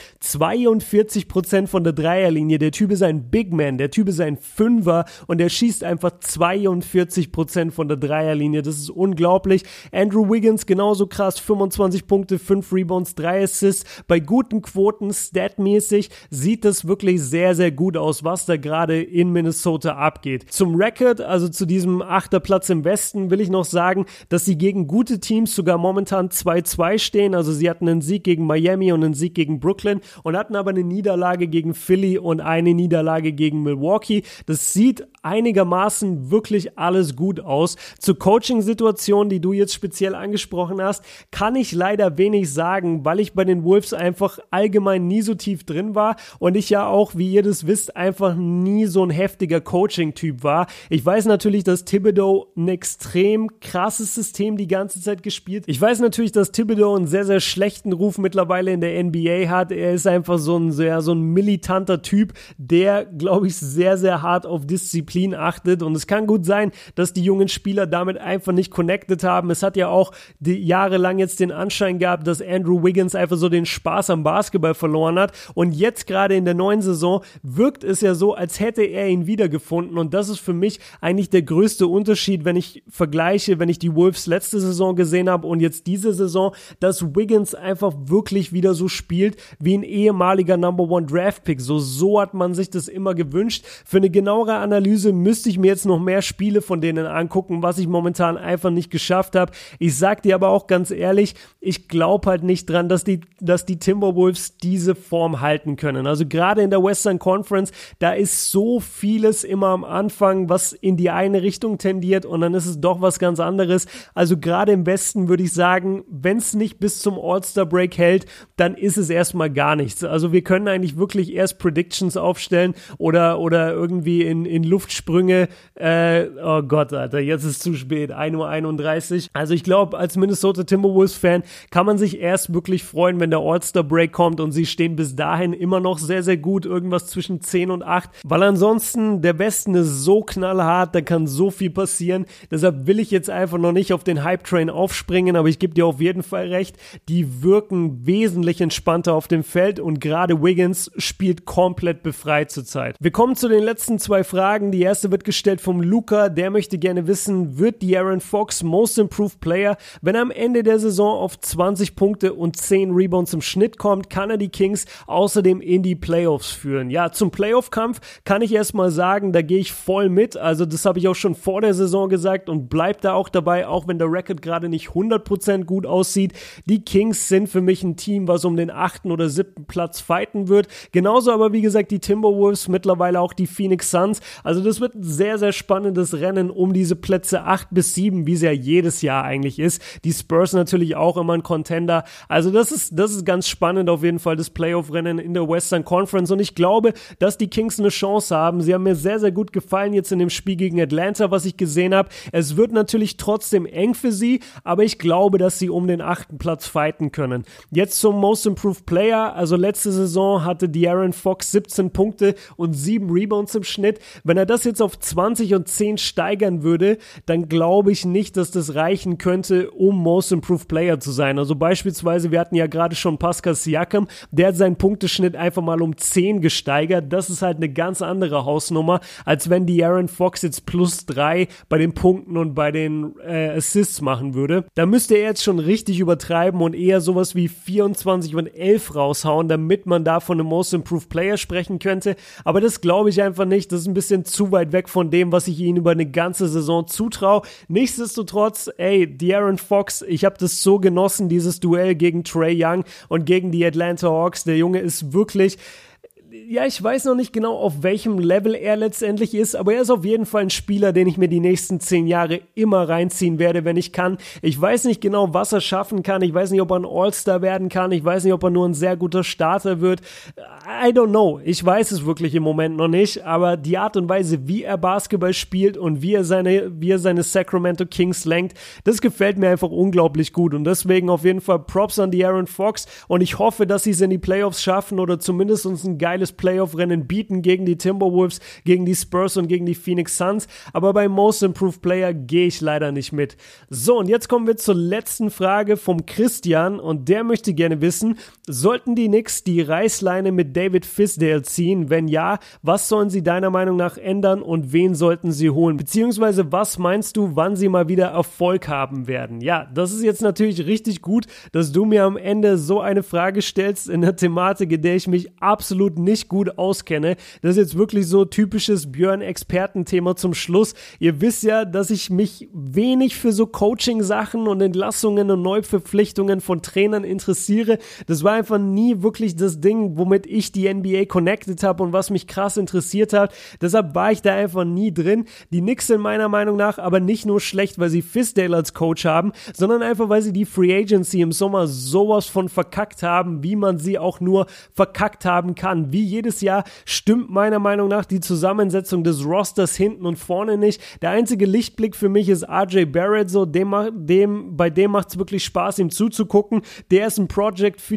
42% von der Dreierlinie. Der Typ ist ein Big Man, der Typ ist ein Fünfer und er schießt einfach 42% von der Dreierlinie. Das ist unglaublich. Andrew Wiggins genauso krass, 25 Punkte, 5 Rebounds, 3 Assists. Bei guten Quoten, statmäßig, sieht das wirklich sehr, sehr gut aus, was da gerade in Minnesota abgeht. Zum Record, also zu diesem 8. Platz im Westen, will ich noch sagen, dass sie gegen gute Teams sogar momentan 2-2 stehen. Also sie hatten einen Sieg gegen Miami und einen Sieg gegen Brooklyn und hatten aber eine Niederlage gegen Philly und eine Niederlage gegen Milwaukee. Das sieht einigermaßen wirklich alles gut aus. Zur Coaching-Situation, die du jetzt speziell angesprochen hast, kann ich leider wenig sagen, weil ich bei den Wolves einfach allgemein nie so tief drin war und ich ja auch, wie ihr das wisst, einfach nie so ein heftiger Coaching-Typ war. Ich weiß natürlich, dass Thibodeau ein extrem krasses System die ganze Zeit gespielt. Ich weiß natürlich, dass Thibodeau einen sehr, sehr schlechten Ruf mittlerweile in der NBA hat. Er ist einfach so ein militanter Typ, der, glaube ich, sehr, sehr hart auf Disziplin achtet und es kann gut sein, dass die jungen Spieler damit einfach nicht connected haben. Es hat ja auch jahrelang jetzt den Anschein gehabt, dass Andrew Wiggins einfach so den Spaß am Basketball verloren hat und jetzt gerade in der neuen Saison wirkt es ja so, als hätte er ihn wiedergefunden und das ist für mich eigentlich der größte Unterschied, wenn ich vergleiche, wenn ich die Wolves letzte Saison gesehen habe und jetzt diese Saison, dass Wiggins einfach wirklich wieder so spielt wie ein ehemaliger Number One Draft Pick. So hat man sich das immer gewünscht. Für eine genauere Analyse müsste ich mir jetzt noch mehr Spiele von denen angucken, was ich momentan einfach nicht geschafft habe. Ich sag dir aber auch ganz ehrlich, ich glaube halt nicht dran, dass die Timberwolves diese Form halten können. Also gerade in der Western Conference, da ist so vieles immer am Anfang, was in die eine Richtung tendiert und dann ist es doch was ganz anderes. Also gerade im Westen würde ich sagen, wenn es nicht bis zum All-Star-Break hält, dann ist es erstmal gar nichts. Also wir können eigentlich wirklich erst Predictions aufstellen oder irgendwie in Luftsprünge. Oh Gott, Alter, jetzt ist es zu spät, 1:31 Uhr. Also ich glaube, als Minnesota Timberwolves-Fan kann man sich erst wirklich freuen, wenn der All-Star-Break kommt und sie stehen bis dahin immer noch sehr, sehr gut, irgendwas zwischen 10 und 8, weil ansonsten der Westen ist so knallhart, da kann so viel passieren. Deshalb will ich jetzt einfach noch nicht auf den Hype-Train aufspringen, aber ich gebe dir auf jeden Fall recht, die wirken wesentlich entspannter auf dem Feld und gerade Wiggins spielt komplett befreit zurzeit. Wir kommen zu den letzten 2 Fragen. Die erste wird gestellt vom Luca, der möchte gerne wissen, wird De'Aaron Fox Most Improved Player? Wenn er am Ende der Saison auf 20 Punkte und 10 Rebounds im Schnitt kommt, kann er die Kings außerdem in die Playoffs führen. Ja, zum Playoff-Kampf kann ich erstmal sagen, da gehe ich voll mit. Also das habe ich auch schon vor der Saison gesagt und bleib da auch dabei, auch wenn der Record gerade nicht 100% gut aussieht. Die Kings sind für mich ein Team, was um den 8. oder 7. Platz fighten wird. Genauso aber, wie gesagt, die Timberwolves, mittlerweile auch die Phoenix Suns. Also das wird ein sehr, sehr spannendes Rennen um diese Plätze 8 bis 7, wie es ja jedes Jahr eigentlich ist. Die Spurs natürlich auch immer ein Contender. Also das ist ganz spannend auf jeden Fall, das Playoff-Rennen in der Western Conference und ich glaube, dass die Kings eine Chance haben. Sie haben mir sehr, sehr gut gefallen jetzt in dem Spiel gegen Atlanta, was ich gesehen habe. Es wird natürlich trotzdem eng für sie, aber ich glaube, dass sie um den 8. Platz fighten können. Jetzt zum Most Improved Player. Also letzte Saison hatte De'Aaron Fox 17 Punkte und 7 Rebounds im Schnitt. Wenn er das jetzt auf 20 und 10 steigern würde, dann glaube ich nicht, dass das reichen könnte, um Most Improved Player zu sein. Also beispielsweise, wir hatten ja gerade schon Pascal Siakam, der hat seinen Punkteschnitt einfach mal um 10 gesteigert. Das ist halt eine ganz andere Hausnummer, als wenn De'Aaron Fox jetzt +3 bei den Punkten und bei den Assists machen würde. Da müsste er jetzt schon richtig übertreiben und eher sowas wie 24 und 11 raushauen, damit man da von einem Most Improved Player sprechen könnte. Aber das glaube ich einfach nicht. Das ist ein bisschen zu weit weg von dem, was ich ihnen über eine ganze Saison zutraue. Nichtsdestotrotz, De'Aaron Fox, ich habe das so genossen, dieses Duell gegen Trae Young und gegen die Atlanta Hawks. Der Junge ist wirklich... Ja, ich weiß noch nicht genau, auf welchem Level er letztendlich ist, aber er ist auf jeden Fall ein Spieler, den ich mir die nächsten 10 Jahre immer reinziehen werde, wenn ich kann. Ich weiß nicht genau, was er schaffen kann. Ich weiß nicht, ob er ein All-Star werden kann. Ich weiß nicht, ob er nur ein sehr guter Starter wird. I don't know. Ich weiß es wirklich im Moment noch nicht, aber die Art und Weise, wie er Basketball spielt und wie er seine Sacramento Kings lenkt, das gefällt mir einfach unglaublich gut und deswegen auf jeden Fall Props an De'Aaron Fox und ich hoffe, dass sie es in die Playoffs schaffen oder zumindest uns ein geiles Playoff-Rennen bieten gegen die Timberwolves, gegen die Spurs und gegen die Phoenix Suns, aber bei Most Improved Player gehe ich leider nicht mit. So, und jetzt kommen wir zur letzten Frage vom Christian und der möchte gerne wissen, sollten die Knicks die Reißleine mit David Fizdale ziehen? Wenn ja, was sollen sie deiner Meinung nach ändern und wen sollten sie holen? Beziehungsweise, was meinst du, wann sie mal wieder Erfolg haben werden? Ja, das ist jetzt natürlich richtig gut, dass du mir am Ende so eine Frage stellst in der Thematik, in der ich mich absolut nicht nicht gut auskenne. Das ist jetzt wirklich so typisches Björn-Expertenthema zum Schluss. Ihr wisst ja, dass ich mich wenig für so Coaching-Sachen und Entlassungen und Neuverpflichtungen von Trainern interessiere. Das war einfach nie wirklich das Ding, womit ich die NBA connected habe und was mich krass interessiert hat. Deshalb war ich da einfach nie drin. Die Knicks sind meiner Meinung nach aber nicht nur schlecht, weil sie Fizdale als Coach haben, sondern einfach, weil sie die Free Agency im Sommer sowas von verkackt haben, wie man sie auch nur verkackt haben kann. Wie jedes Jahr stimmt meiner Meinung nach die Zusammensetzung des Rosters hinten und vorne nicht. Der einzige Lichtblick für mich ist RJ Barrett, so bei dem macht es wirklich Spaß, ihm zuzugucken. Der ist ein Prospect für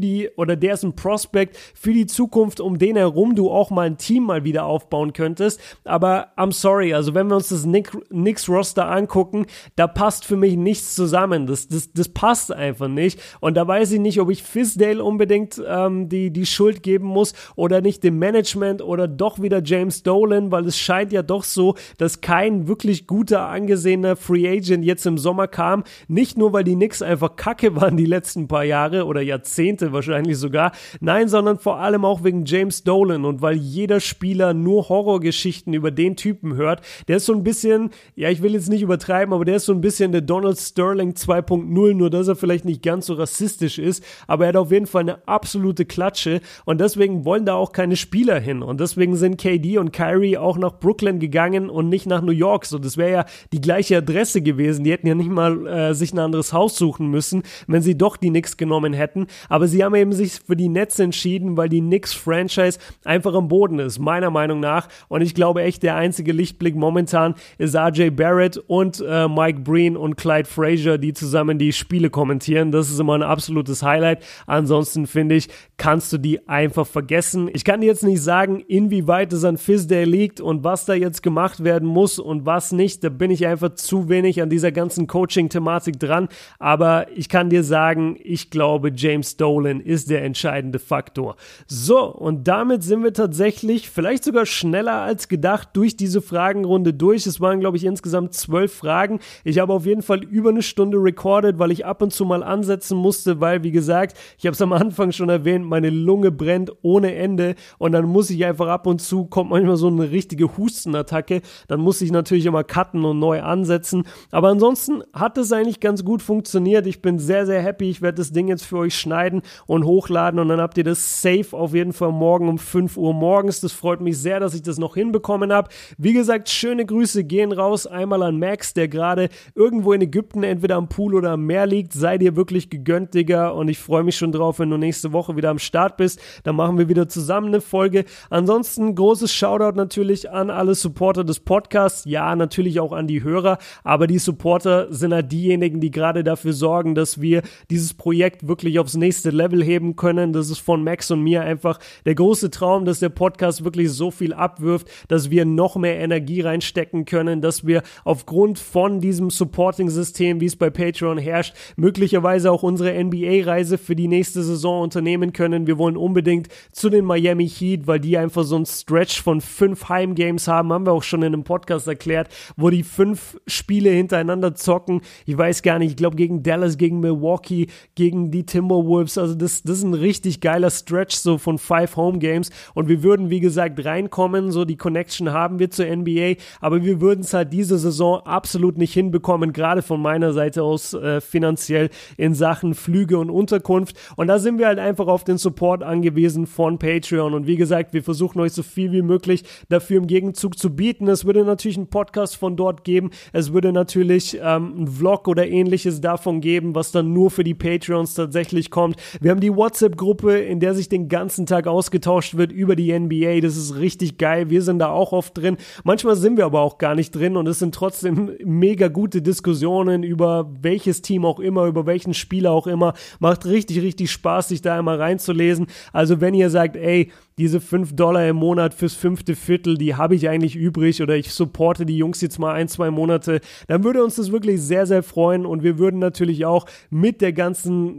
die Zukunft, um den herum du auch mal ein Team mal wieder aufbauen könntest. Aber I'm sorry, also wenn wir uns das Knicks-Roster angucken, da passt für mich nichts zusammen. Das passt einfach nicht. Und da weiß ich nicht, ob ich Fizdale unbedingt die Schuld geben muss oder nicht dem Management oder doch wieder James Dolan, weil es scheint ja doch so, dass kein wirklich guter, angesehener Free Agent jetzt im Sommer kam. Nicht nur, weil die Knicks einfach kacke waren die letzten paar Jahre oder Jahrzehnte wahrscheinlich sogar. Nein, sondern vor allem auch wegen James Dolan und weil jeder Spieler nur Horrorgeschichten über den Typen hört. Der ist so ein bisschen, ja, ich will jetzt nicht übertreiben, aber der ist so ein bisschen der Donald Sterling 2.0, nur dass er vielleicht nicht ganz so rassistisch ist, aber er hat auf jeden Fall eine absolute Klatsche und deswegen wollen da auch keine Spieler hin und deswegen sind KD und Kyrie auch nach Brooklyn gegangen und nicht nach New York. So, das wäre ja die gleiche Adresse gewesen. Die hätten ja nicht mal sich ein anderes Haus suchen müssen, wenn sie doch die Knicks genommen hätten, aber sie haben eben sich für die Nets entschieden, weil die Knicks-Franchise einfach am Boden ist, meiner Meinung nach, und ich glaube echt, der einzige Lichtblick momentan ist RJ Barrett und Mike Breen und Clyde Frazier, die zusammen die Spiele kommentieren. Das ist immer ein absolutes Highlight. Ansonsten finde ich, kannst du die einfach vergessen. Ich kann dir jetzt nicht sagen, inwieweit es an Fizdale liegt und was da jetzt gemacht werden muss und was nicht. Da bin ich einfach zu wenig an dieser ganzen Coaching-Thematik dran. Aber ich kann dir sagen, ich glaube, James Dolan ist der entscheidende Faktor. So, und damit sind wir tatsächlich vielleicht sogar schneller als gedacht durch diese Fragenrunde durch. Es waren, glaube ich, insgesamt 12 Fragen. Ich habe auf jeden Fall über eine Stunde recorded, weil ich ab und zu mal ansetzen musste, weil, wie gesagt, ich habe es am Anfang schon erwähnt, meine Lunge brennt ohne Ende und dann muss ich einfach ab und zu, kommt manchmal so eine richtige Hustenattacke, dann muss ich natürlich immer cutten und neu ansetzen, aber ansonsten hat es eigentlich ganz gut funktioniert. Ich bin sehr, sehr happy. Ich werde das Ding jetzt für euch schneiden und hochladen und dann habt ihr das safe auf jeden Fall morgen um 5 Uhr morgens. Das freut mich sehr, dass ich das noch hinbekommen habe. Wie gesagt, schöne Grüße gehen raus. Einmal an Max, der gerade irgendwo in Ägypten entweder am Pool oder am Meer liegt. Sei dir wirklich gegönnt, Digga. Und ich freue mich schon drauf, wenn du nächste Woche wieder am Start bist. Dann machen wir wieder zusammen eine Folge. Ansonsten großes Shoutout natürlich an alle Supporter des Podcasts. Ja, natürlich auch an die Hörer. Aber die Supporter sind halt diejenigen, die gerade dafür sorgen, dass wir dieses Projekt wirklich aufs nächste Level heben können. Das ist von Max und mir einfach der große Traum, dass der Podcast wirklich so viel abwirft, dass wir noch mehr Energie reinstecken können, dass wir aufgrund von diesem Supporting-System, wie es bei Patreon herrscht, möglicherweise auch unsere NBA-Reise für die nächste Saison unternehmen können. Wir wollen unbedingt zu den Miami Heat, weil die einfach so einen Stretch von 5 Heimgames haben wir auch schon in einem Podcast erklärt, wo die 5 Spiele hintereinander zocken. Ich weiß gar nicht, ich glaube gegen Dallas, gegen Milwaukee, gegen die Timberwolves, also das ist ein richtig geiler Stretch so von 5 Homegames und wir würden, wie gesagt, reinkommen, so die Connection haben wir zur NBA, aber wir würden es halt diese Saison absolut nicht hinbekommen, gerade von meiner Seite aus finanziell in Sachen Flüge und Unterkunft und da sind wir halt einfach auf den Support angewiesen von Patreon und wie gesagt, wir versuchen euch so viel wie möglich dafür im Gegenzug zu bieten. Es würde natürlich einen Podcast von dort geben, es würde natürlich einen Vlog oder ähnliches davon geben, was dann nur für die Patreons tatsächlich kommt. Wir haben die WhatsApp-Gruppe, in der sich den ganzen Tag ausgetauscht wird über die NBA, das ist richtig geil, wir sind da auch oft drin, manchmal sind wir aber auch gar nicht drin und es sind trotzdem mega gute Diskussionen über welches Team auch immer, über welchen Spieler auch immer, macht richtig, richtig Spaß, sich da einmal reinzulesen, also wenn ihr sagt, ey, diese $5 im Monat fürs 5. Viertel, die habe ich eigentlich übrig oder ich supporte die Jungs jetzt mal 1-2 Monate, dann würde uns das wirklich sehr, sehr freuen und wir würden natürlich auch mit dem ganzen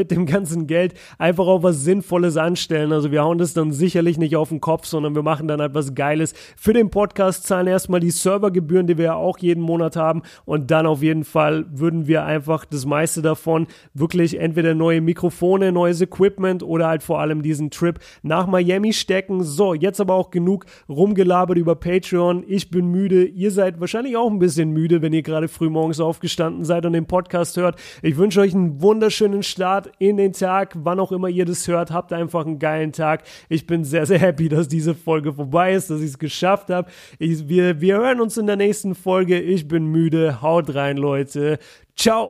Geld einfach auch was Sinnvolles anstellen. Also wir hauen das dann sicherlich nicht auf den Kopf, sondern wir machen dann halt was Geiles. Für den Podcast zahlen erstmal die Servergebühren, die wir ja auch jeden Monat haben und dann auf jeden Fall würden wir einfach das meiste davon wirklich entweder neue Mikrofone, neues Equipment oder halt vor allem diesen Trip nach Miami Miami stecken. So, jetzt aber auch genug rumgelabert über Patreon. Ich bin müde. Ihr seid wahrscheinlich auch ein bisschen müde, wenn ihr gerade früh morgens aufgestanden seid und den Podcast hört. Ich wünsche euch einen wunderschönen Start in den Tag. Wann auch immer ihr das hört, habt einfach einen geilen Tag. Ich bin sehr, sehr happy, dass diese Folge vorbei ist, dass ich es geschafft habe. Wir hören uns in der nächsten Folge. Ich bin müde. Haut rein, Leute. Ciao.